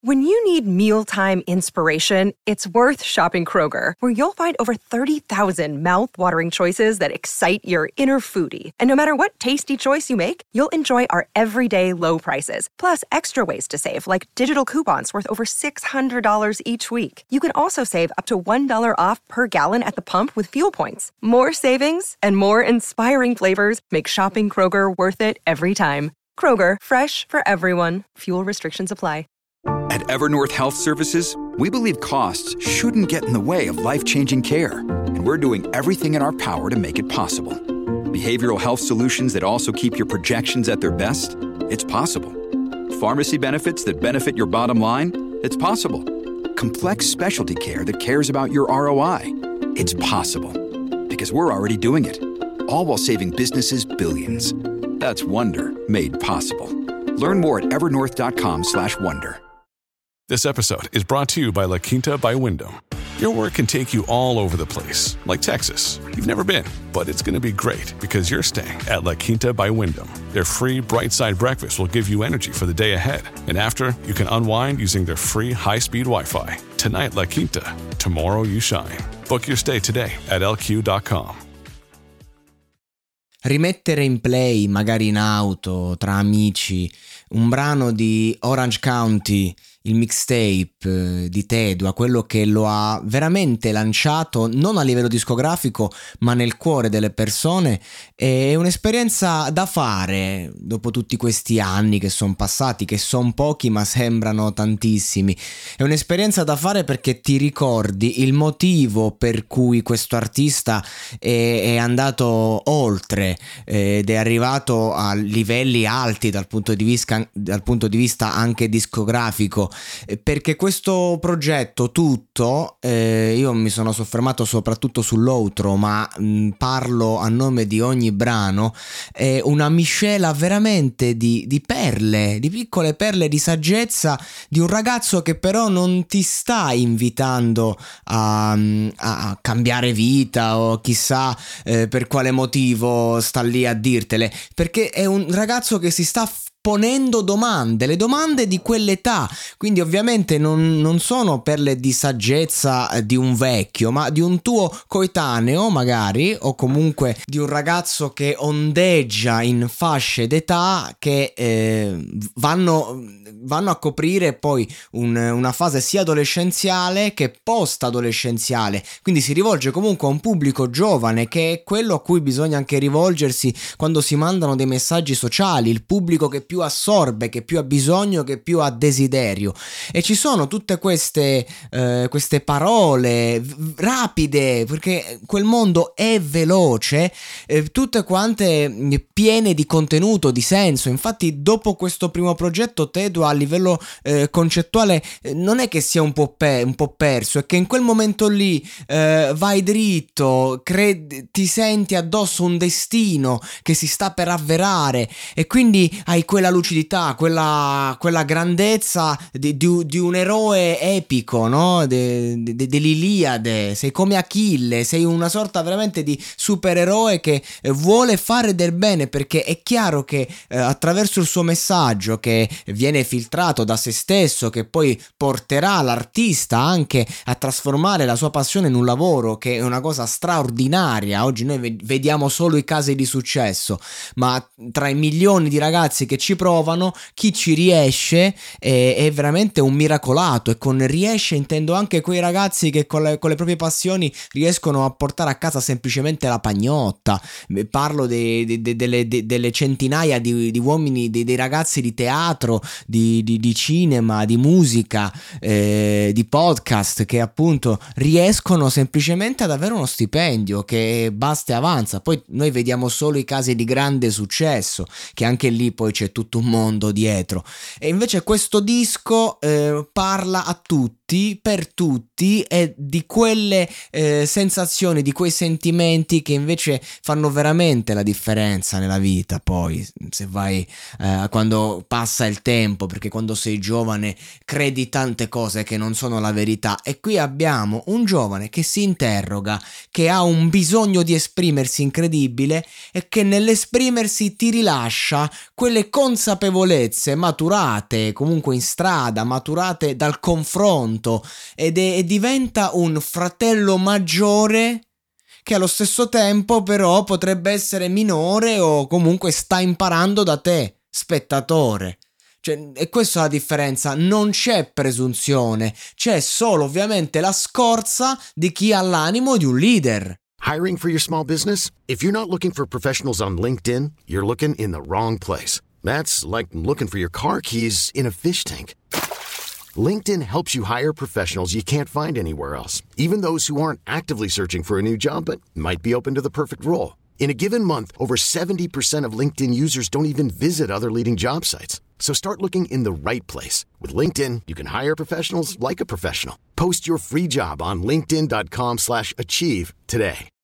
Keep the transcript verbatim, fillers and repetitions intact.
When you need mealtime inspiration, it's worth shopping Kroger, where you'll find over thirty thousand mouth-watering choices that excite your inner foodie. And no matter what tasty choice you make, you'll enjoy our everyday low prices, plus extra ways to save, like digital coupons worth over six hundred dollars each week. You can also save up to one dollar off per gallon at the pump with fuel points. More savings and more inspiring flavors make shopping Kroger worth it every time. Kroger, fresh for everyone. Fuel restrictions apply. At Evernorth Health Services, we believe costs shouldn't get in the way of life-changing care, and we're doing everything in our power to make it possible. Behavioral health solutions that also keep your projections at their best? It's possible. Pharmacy benefits that benefit your bottom line? It's possible. Complex specialty care that cares about your R O I? It's possible. Because we're already doing it. All while saving businesses billions. That's Wonder made possible. Learn more at evernorth.com slash wonder. This episode is brought to you by La Quinta by Wyndham. Your work can take you all over the place, like Texas. You've never been, but it's going to be great because you're staying at La Quinta by Wyndham. Their free Bright Side breakfast will give you energy for the day ahead. And after, you can unwind using their free high-speed Wi-Fi. Tonight, La Quinta. Tomorrow, you shine. Book your stay today at L Q dot com. Rimettere in play, magari in auto, tra amici, un brano di Orange County, il mixtape di Tedua, quello che lo ha veramente lanciato non a livello discografico ma nel cuore delle persone, è un'esperienza da fare dopo tutti questi anni che sono passati, che sono pochi ma sembrano tantissimi. È un'esperienza da fare perché ti ricordi il motivo per cui questo artista è, è andato oltre ed è arrivato a livelli alti dal punto di vista, dal punto di vista anche discografico, perché questo progetto tutto, eh, io mi sono soffermato soprattutto sull'outro, ma mh, parlo a nome di ogni brano, è una miscela veramente di, di perle, di piccole perle di saggezza di un ragazzo che però non ti sta invitando a, a cambiare vita o chissà eh, per quale motivo sta lì a dirtele, perché è un ragazzo che si sta ponendo domande, le domande di quell'età, quindi ovviamente non, non sono perle di saggezza di un vecchio, ma di un tuo coetaneo magari, o comunque di un ragazzo che ondeggia in fasce d'età che eh, vanno, vanno a coprire poi un, una fase sia adolescenziale che post-adolescenziale, quindi si rivolge comunque a un pubblico giovane, che è quello a cui bisogna anche rivolgersi quando si mandano dei messaggi sociali, il pubblico che più assorbe, che più ha bisogno, che più ha desiderio. E ci sono tutte queste eh, queste parole v- rapide, perché quel mondo è veloce, eh, tutte quante piene di contenuto, di senso. Infatti dopo questo primo progetto Tedua a livello eh, concettuale eh, non è che sia un po', pe- un po' perso, è che in quel momento lì eh, vai dritto, cred- ti senti addosso un destino che si sta per avverare e quindi hai quella lucidità, quella, quella grandezza di, di, di un eroe epico, no? De, de, dell'Iliade. Sei come Achille, sei una sorta veramente di supereroe che vuole fare del bene, perché è chiaro che eh, attraverso il suo messaggio, che viene filtrato da se stesso, che poi porterà l'artista anche a trasformare la sua passione in un lavoro, che è una cosa straordinaria. Oggi noi vediamo solo i casi di successo, ma tra i milioni di ragazzi che ci provano, chi ci riesce è, è veramente un miracolato. E con riesce intendo anche quei ragazzi che con le, con le proprie passioni riescono a portare a casa semplicemente la pagnotta. Parlo de, de, de, delle, de, delle centinaia di, di uomini, de, dei ragazzi di teatro, di, di, di cinema, di musica, eh, di podcast, che appunto riescono semplicemente ad avere uno stipendio che basta e avanza. Poi noi vediamo solo i casi di grande successo, che anche lì poi c'è tutto un mondo dietro. E invece questo disco eh, parla a tutti, tutti, per tutti, e di quelle eh, sensazioni, di quei sentimenti che invece fanno veramente la differenza nella vita. Poi se vai eh, quando passa il tempo, perché quando sei giovane credi tante cose che non sono la verità, e qui abbiamo un giovane che si interroga, che ha un bisogno di esprimersi incredibile e che nell'esprimersi ti rilascia quelle consapevolezze maturate comunque in strada, maturate dal confronto, ed è, e diventa un fratello maggiore che allo stesso tempo però potrebbe essere minore o comunque sta imparando da te, spettatore. Cioè, e questa è la differenza, non c'è presunzione, c'è solo ovviamente la scorza di chi ha l'animo di un leader. Hiring for your small business? If you're not looking for professionals on LinkedIn, you're looking in the wrong place. That's like looking for your car keys in a fish tank. LinkedIn helps you hire professionals you can't find anywhere else, even those who aren't actively searching for a new job but might be open to the perfect role. In a given month, over seventy percent of LinkedIn users don't even visit other leading job sites. So start looking in the right place. With LinkedIn, you can hire professionals like a professional. Post your free job on linkedin dot com slash achieve today.